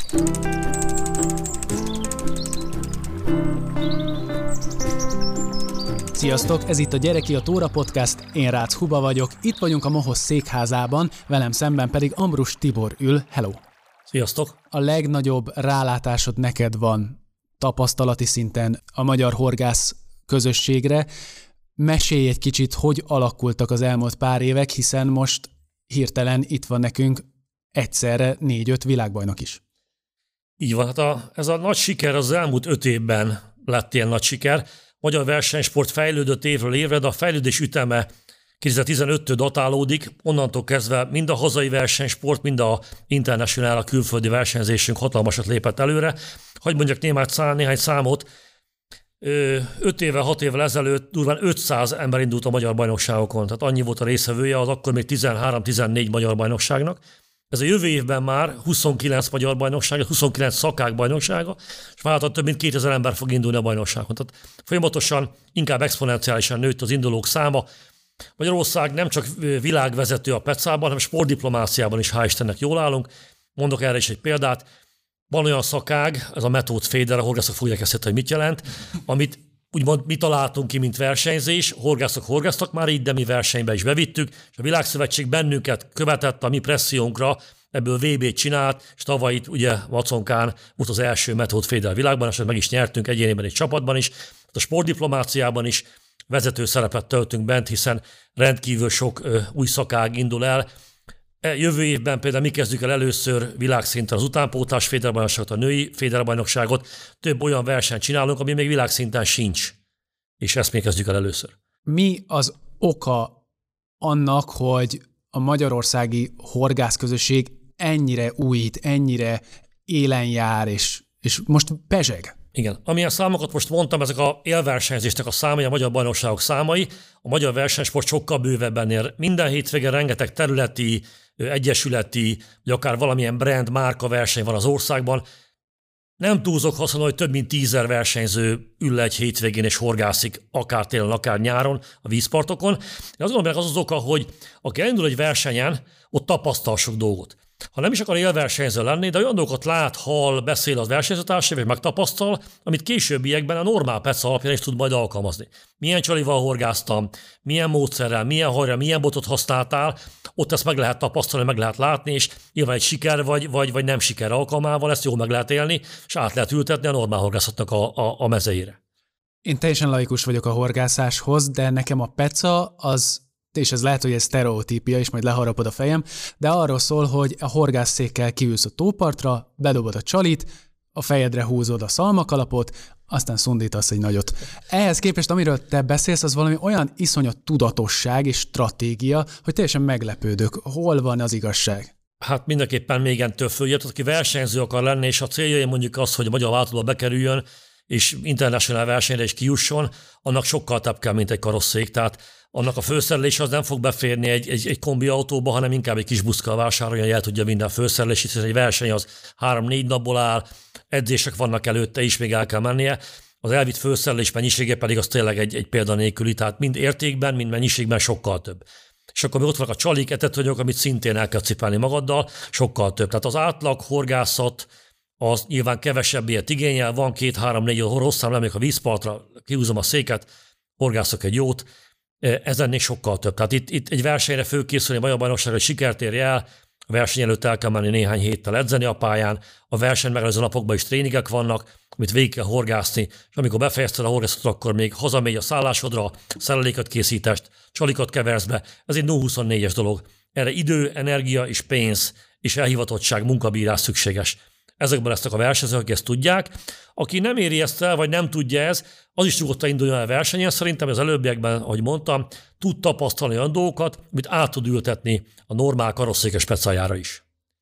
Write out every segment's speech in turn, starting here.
Sziasztok, ez itt a Gyereki a Tóra Podcast, én Rácz Huba vagyok, itt vagyunk a Mohosz székházában, velem szemben pedig Ambrus Tibor ül, hello! Sziasztok! A legnagyobb rálátásod neked van tapasztalati szinten a magyar horgász közösségre. Mesélj egy kicsit, hogy alakultak az elmúlt pár évek, hiszen most hirtelen itt van nekünk egyszerre 4-5 világbajnok is. Így van, hát ez a nagy siker az elmúlt 5 évben lett ilyen nagy siker. Magyar versenysport fejlődött évről évre, de a fejlődés üteme 2015-től datálódik, onnantól kezdve mind a hazai versenysport, mind a international, a külföldi versenyzésünk hatalmasat lépett előre. Hogy mondjak néhány számot, 5 évvel, 6 évvel ezelőtt durván 500 ember indult a magyar bajnokságokon, tehát annyi volt a részvevője az akkor még 13-14 magyar bajnokságnak. Ez a jövő évben már 29 magyar bajnokság, 29 szakák bajnoksága, és várhatóan több mint 2000 ember fog indulni a bajnokságon. Tehát folyamatosan, inkább exponenciálisan nőtt az indulók száma. Magyarország nem csak világvezető a pecában, hanem sportdiplomáciában is, hál' Istennek jól állunk. Mondok erre is egy példát. Van olyan szakág, ez a Method Féder, a horgászok fogják ezt, hogy mit jelent, amit úgymond mi találtunk ki, mint versenyzés, horgászok horgáztak már így, de mi versenybe is bevittük, és a Világszövetség bennünket követett a mi pressziónkra, ebből VB-t csinált, és tavaly itt ugye Maconkán volt az első Method Féder világban, és meg is nyertünk egyéniben és csapatban is, a sportdiplomáciában is vezető szerepet töltünk bent, hiszen rendkívül sok új szakág indul el. Jövő évben például mi kezdjük el először világszinten az utánpótlás féderbajnokságot, a női féderbajnokságot, több olyan versenyt csinálunk, ami még világszinten sincs, és ezt még kezdjük el először. Mi az oka annak, hogy a magyarországi horgászközösség ennyire újít, ennyire élen jár, és most pezseg? Igen. Amilyen számokat most mondtam, ezek a élversenyzésnek a számai, a magyar bajnokságok számai, a magyar versenysport sokkal bővebben ér. Minden hétvégén rengeteg területi, egyesületi, vagy akár valamilyen brand, márka verseny van az országban. Nem túlzok hasonló, hogy több mint 10 000 versenyző ül le egy hétvégén és horgászik, akár télen, akár nyáron a vízpartokon. Én azt gondolom, hogy az oka, hogy aki elindul egy versenyen, ott tapasztal sok dolgot. Ha nem is akar élversenyző lenni, de olyan dolgokat lát, hall, beszél az versenyzőtársával, vagy megtapasztal, amit későbbiekben a normál peca alapján is tud majd alkalmazni. Milyen csalival horgáztam, milyen módszerrel, milyen hajra, milyen botot használtál, ott ezt meg lehet tapasztalni, meg lehet látni, és nyilván egy siker vagy nem siker alkalmával ezt jól meg lehet élni, és át lehet ültetni a normál horgászatnak a mezeire. Én teljesen laikus vagyok a horgászáshoz, de nekem a peca az, és ez lehet, hogy ez sztereotípia, és majd leharapod a fejem, de arról szól, hogy a horgászszékkel kiülsz a tópartra, bedobod a csalit, a fejedre húzod a szalmakalapot, aztán szundítasz egy nagyot. Ehhez képest, amiről te beszélsz, az valami olyan iszonyat tudatosság és stratégia, hogy teljesen meglepődök. Hol van az igazság? Hát mindenképpen még entől följött, aki versenyző akar lenni, és a célja mondjuk az, hogy a magyar váltóba bekerüljön, és international versenyre is kijusson, annak sokkal több kell, mint egy karosszék. Tehát annak a főszerelés az nem fog beférni egy kombi autóba, hanem inkább egy kis buszkal vásárolja, hogy el tudja minden főszerelés, hiszen egy verseny az 3-4 napból áll, edzések vannak előtte is, még el kell mennie. Az elvitt főszerelés mennyisége pedig az tényleg egy példanélküli, tehát mind értékben, mind mennyiségben sokkal több. És akkor még ott vannak a csalik, etetőanyagok, amit szintén el kell cipelni magaddal, sokkal több. Tehát az átlag horgászat az nyilván kevesebb ilyet igényel, van 2-3-4 hosszám, lemegyek a vízpartra, kihúzom a széket, horgászok egy jót, ez ennél sokkal több. Tehát itt egy versenyre fölkészülni, a magyar bajnokságra, hogy sikert érje el, a verseny előtt el kell menni néhány héttel edzeni a pályán, a verseny megelőző napokban is tréningek vannak, amit végig kell horgászni, és amikor befejezted a horgászatot, akkor még hazamegy a szállásodra, szereléket készítest, csalikat keversz be. Ez egy 0-24-es dolog. Erre idő, energia és pénz és elhivatottság, munkabírás szükséges. Ezekben lesznek a versenyzők, akik ezt tudják. Aki nem éri ezt el, vagy nem tudja ez, az is nyugodtan induljon el versenyen. Szerintem az előbbiekben, ahogy mondtam, tud tapasztalni olyan dolgokat, amit át tud ültetni a normál karosszékes pecájára is.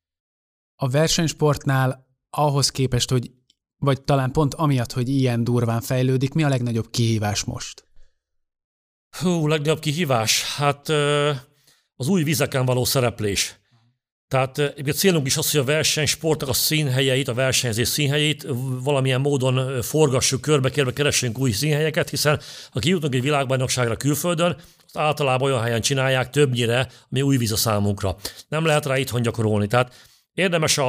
A versenysportnál ahhoz képest, hogy, vagy talán pont amiatt, hogy ilyen durván fejlődik, mi a legnagyobb kihívás most? Legnagyobb kihívás? Hát az új vizeken való szereplés. Tehát a célunk is az, hogy a versenysportnak a színhelyeit, a versenyzés színhelyeit valamilyen módon forgassuk körbe-kérbe, keressünk új színhelyeket, hiszen ha kijutunk egy világbajnokságra külföldön, azt általában olyan helyen csinálják többnyire, ami új víz a számunkra. Nem lehet rá itthon gyakorolni. Tehát érdemes a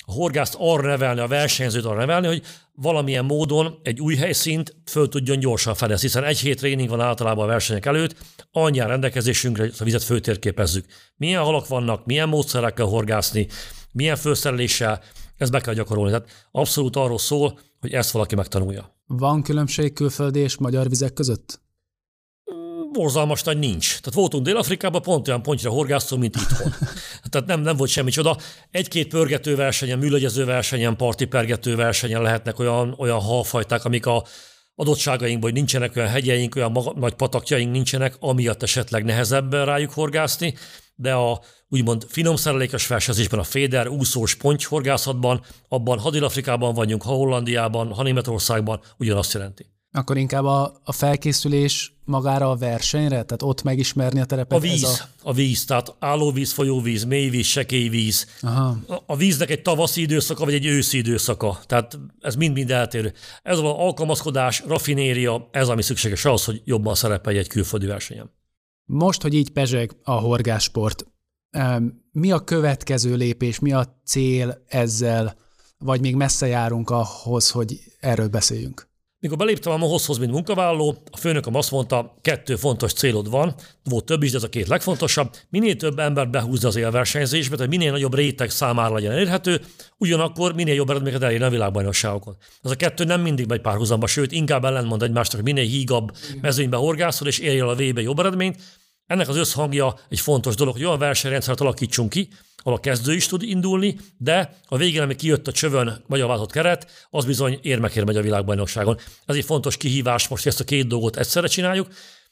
a horgászt arra nevelni, a versenyzőt arra nevelni, hogy valamilyen módon egy új helyszínt föl tudjon gyorsan fedezni, hiszen egy hét tréning van általában a versenyek előtt, annyian rendelkezésünkre, hogy a vizet föltérképezzük. Milyen halak vannak, milyen módszerekkel horgászni, milyen felszereléssel, ezt be kell gyakorolni. Tehát abszolút arról szól, hogy ezt valaki megtanulja. Van különbség külföldi és magyar vizek között? Borzalmas nagy nincs. Tehát voltunk Dél-Afrikában, pont olyan pontra horgásztunk, mint itthon. Tehát nem volt semmi csoda. Egy-két pörgető versenyen, műlegyező versenyen, parti pergető versenyen lehetnek olyan halfajták, amik a adottságainkban, hogy nincsenek olyan hegyeink, olyan nagy patakjaink nincsenek, amiatt esetleg nehezebb rájuk horgászni, de a úgymond finom szerelékes versenyzésben, a féder, úszós pontyhorgászatban, abban ha Dél-Afrikában vagyunk, ha Hollandiában, ha Németországban, ugyanazt jelenti. Akkor inkább a felkészülés magára a versenyre? Tehát ott megismerni a terepet? A víz, tehát állóvíz, folyóvíz, mélyvíz, sekélyvíz. Aha. A víznek egy tavaszi időszaka, vagy egy őszi időszaka. Tehát ez mind-mind eltérő. Ez az alkalmazkodás, raffinéria, ez ami szükséges ahhoz, hogy jobban szerepelj egy külföldi versenyen. Most, hogy így pezseg a horgászsport, mi a következő lépés, mi a cél ezzel, vagy még messze járunk ahhoz, hogy erről beszéljünk? Mikor beléptem a MOHOZ-hoz, mint munkavállaló, a főnököm azt mondta, 2 fontos célod van, volt több is, de ez a 2 legfontosabb, minél több embert behúzni az élversenyzésbe, tehát minél nagyobb réteg számára legyen elérhető, ugyanakkor minél jobb eredményeket elérni a világbajnokságokon. Ez a 2 nem mindig megy párhuzamba, sőt, inkább ellentmond egymásnak, hogy minél hígabb mezőnybe horgászol, és érj el a V-be jobb eredményt. Ennek az összhangja egy fontos dolog, hogy olyan versenyrendszert alakítsunk ki, ahol a kezdő is tud indulni, de a végén, ami kijött a csövön magyarvázott keret, az bizony érmekért megy a világbajnokságon. Ez egy fontos kihívás, most ezt a 2 dolgot egyszerre csináljuk.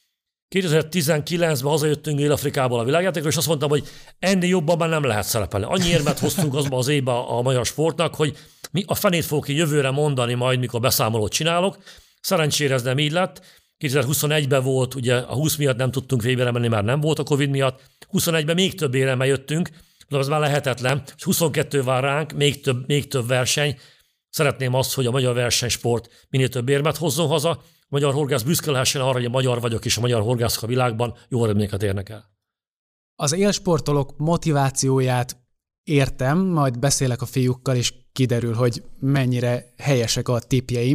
2019-ben hazajöttünk Dél-Afrikából a világjátékról, és azt mondtam, hogy ennél jobban már nem lehet szerepelni. Annyi érmet hoztunk azba az évbe a magyar sportnak, hogy mi a fenét fogok én jövőre mondani majd, mikor beszámolót csinálok. Szerencsére ez nem így lett. 2021-ben volt, ugye a 20 miatt nem tudtunk végre menni, már nem volt a Covid miatt. 21-ben még több éremmel jöttünk, de az már lehetetlen. 22 vár ránk, még több verseny. Szeretném azt, hogy a magyar versenysport minél több érmet hozzon haza. A magyar horgász büszke lehessen arra, hogy a magyar vagyok, és a magyar horgászok a világban jó eredményeket érnek el. Az élsportolók motivációját értem, majd beszélek a fiúkkal, és kiderül, hogy mennyire helyesek a tippjeim.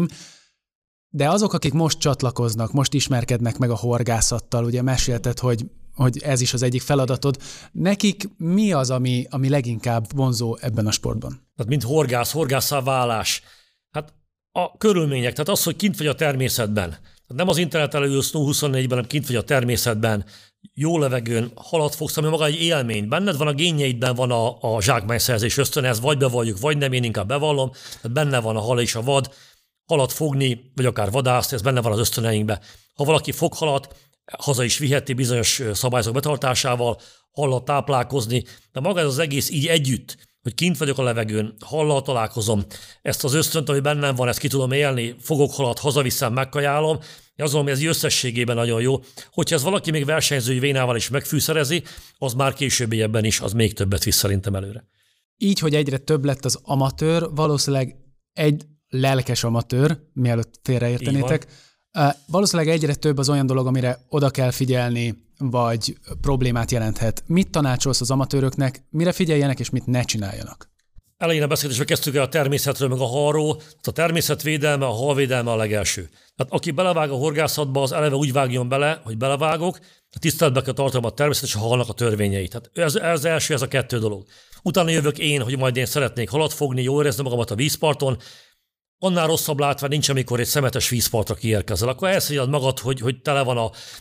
De azok, akik most csatlakoznak, most ismerkednek meg a horgászattal, ugye mesélted, hogy ez is az egyik feladatod. Nekik mi az, ami leginkább vonzó ebben a sportban? Tehát mint horgászá válás. Hát a körülmények, tehát az, hogy kint vagy a természetben. Tehát nem az interneten ülsz 24-ben, hanem kint vagy a természetben, jó levegőn, halat fogsz, ami maga egy élmény. Benned van a génjeidben van a zsákmányszerzés ösztönez, vagy bevalljuk, vagy nem, én inkább bevallom. Tehát benne van a hal és a vad, halat fogni, vagy akár vadászni, ez benne van az ösztöneinkben. Ha valaki fog halat, haza is viheti bizonyos szabályok betartásával, hallal táplálkozni, de maga ez az egész így együtt, hogy kint vagyok a levegőn, hallal találkozom, ezt az ösztönt, ami bennem van, ezt ki tudom élni, fogok halat, hazaviszem, megkajálom, én azt gondolom, hogy ez összességében nagyon jó. Hogyha ez valaki még versenyzői vénával is megfűszerezi, az már későbbiekben is, az még többet visz szerintem előre. Így, hogy egyre több lett az amatőr, valószínűleg egy lelkes amatőr, mielőtt félreértenétek, valószínűleg egyre több az olyan dolog, amire oda kell figyelni, vagy problémát jelenthet. Mit tanácsolsz az amatőröknek, mire figyeljenek, és mit ne csináljanak? Elején a beszélgetésben kezdtük el a természetről, meg a halról. A természetvédelme, a halvédelme a legelső. Tehát aki belevág a horgászatba, az eleve úgy vágjon bele, hogy belevágok, tiszteletbe kell tartanom a természet és a halnak a törvényeit. Tehát ez első, ez a 2 dolog. Utána jövök én, hogy majd én szeretnék halat fogni, jól érezni magamat a vízparton. Annál rosszabb látvány nincs, amikor egy szemetes vízpartra kiérkezel. Akkor elszégyed magad, hogy tele van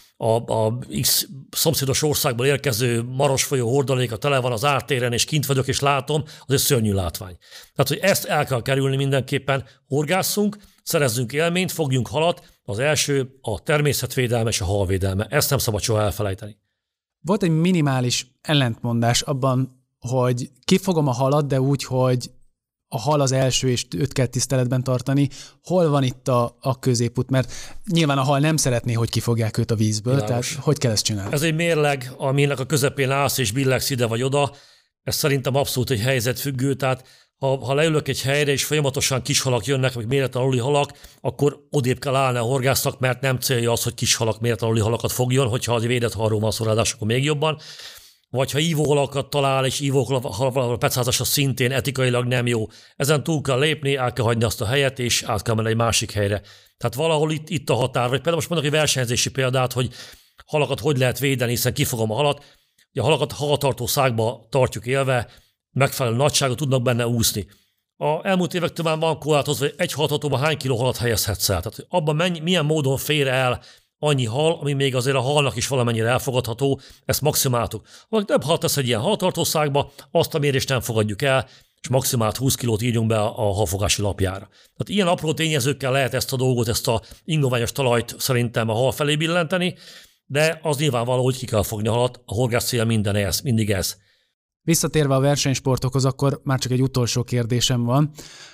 a X szomszédos országból érkező Maros folyó hordaléka, tele van az ártéren, és kint vagyok, és látom, az egy szörnyű látvány. Tehát, hogy ezt el kell kerülni mindenképpen, horgásszunk, szerezzünk élményt, fogjunk halat, az első a természetvédelme és a halvédelme. Ezt nem szabad soha elfelejteni. Volt egy minimális ellentmondás abban, hogy kifogom a halat, de úgy, hogy a hal az első, és őt kell tiszteletben tartani. Hol van itt a középút? Mert nyilván a hal nem szeretné, hogy kifogják őt a vízből, Világos. tehát hogy kell ezt csinálni? Ez egy mérleg, aminek a közepén állsz és billegsz ide vagy oda. Ez szerintem abszolút egy helyzetfüggő, tehát ha leülök egy helyre, és folyamatosan kis halak jönnek, vagy méreten aluli halak, akkor odébb kell állni a horgásznak, mert nem célja az, hogy kis halak, méreten aluli halakat fogjon, hogyha az védett halról van szó, ráadásul akkor még jobban. vagy ha ívóhalakat talál, és ívóhal pecázás az szintén etikailag nem jó. Ezen túl kell lépni, el kell hagyni azt a helyet, és át kell menni egy másik helyre. Tehát valahol itt a határ, vagy például most mondok egy versenyzési példát, hogy halakat hogy lehet védeni, hiszen kifogom a halat. A halakat halatartó szákba tartjuk élve, megfelelő nagyságot tudnak benne úszni. A elmúlt évektől már van korlátozva, hogy egy haltartóban hány kiló halat helyezhetsz el. Tehát abban milyen módon fér el annyi hal, ami még azért a halnak is valamennyire elfogadható, ezt maximáltuk. Ha több halat tesz egy ilyen haltartószákba, azt a mérést nem fogadjuk el, és maximált 20 kilót írjunk be a halfogási lapjára. Tehát ilyen apró tényezőkkel lehet ezt a dolgot, ezt a ingoványos talajt szerintem a hal felé billenteni, de az nyilvánvaló, hogy ki kell fogni a halat, a horgász cél mindig ez. Visszatérve a versenysportokhoz, akkor már csak egy utolsó kérdésem van.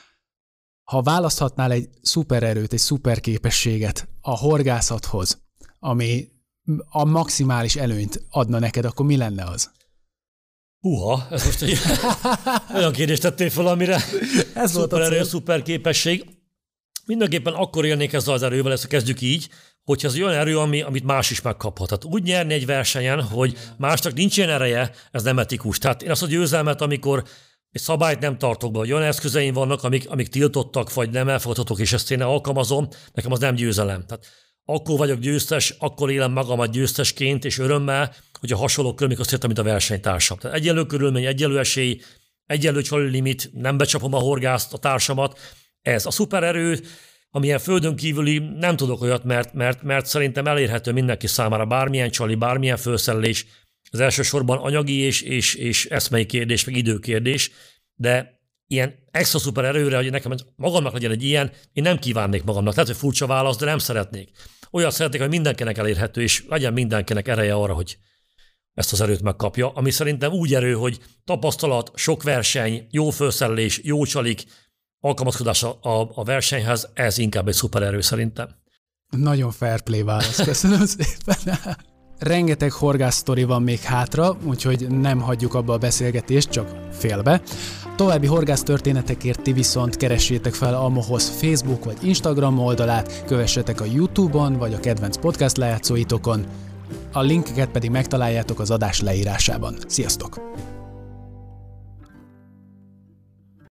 Ha választhatnál egy szupererőt, egy szuperképességet a horgászathoz, ami a maximális előnyt adna neked, akkor mi lenne az? Húha, ez most egy olyan kérdést tettél fel, amire ez szupererő, a szuperképesség. Mindenképpen akkor élnék ezzel az erővel, ezt kezdjük így, hogyha ez olyan erő, amit más is megkaphat. Tehát úgy nyerni egy versenyen, hogy másnak nincs ilyen ereje, ez nem etikus. Tehát én azt a győzelmet, amikor egy szabályt nem tartok be, hogy olyan eszközeim vannak, amik tiltottak, vagy nem elfogadhatók, és ezt én alkalmazom, nekem az nem győzelem. Tehát akkor vagyok győztes, akkor élem magamat győztesként és örömmel, hogyha hasonló körülmények azt értem, mint a versenytársam. Tehát egyenlő körülmény, egyenlő esély, egyenlő csali limit, nem becsapom a horgászt, a társamat. Ez a szupererő, amilyen földön kívüli, nem tudok olyat, mert szerintem elérhető mindenki számára bármilyen csali, bármilyen felszerelés. Az elsősorban anyagi és eszmei kérdés, meg időkérdés, de ilyen extra szuper erőre, hogy nekem magamnak legyen egy ilyen, én nem kívánnék magamnak. Lehet, hogy furcsa válasz, de nem szeretnék. Olyat szeretnék, hogy mindenkinek elérhető, és legyen mindenkinek ereje arra, hogy ezt az erőt megkapja, ami szerintem úgy erő, hogy tapasztalat, sok verseny, jó felszerelés, jó csalik, alkalmazkodás a versenyhez, ez inkább egy szupererő szerintem. Nagyon fair play válasz, köszönöm szépen. Rengeteg horgász sztori van még hátra, úgyhogy nem hagyjuk abba a beszélgetést, csak félbe. További horgász történetekért ti viszont keressétek fel a Mohoz Facebook vagy Instagram oldalát, kövessetek a YouTube-on vagy a kedvenc podcast lejátszóitokon, a linkeket pedig megtaláljátok az adás leírásában. Sziasztok!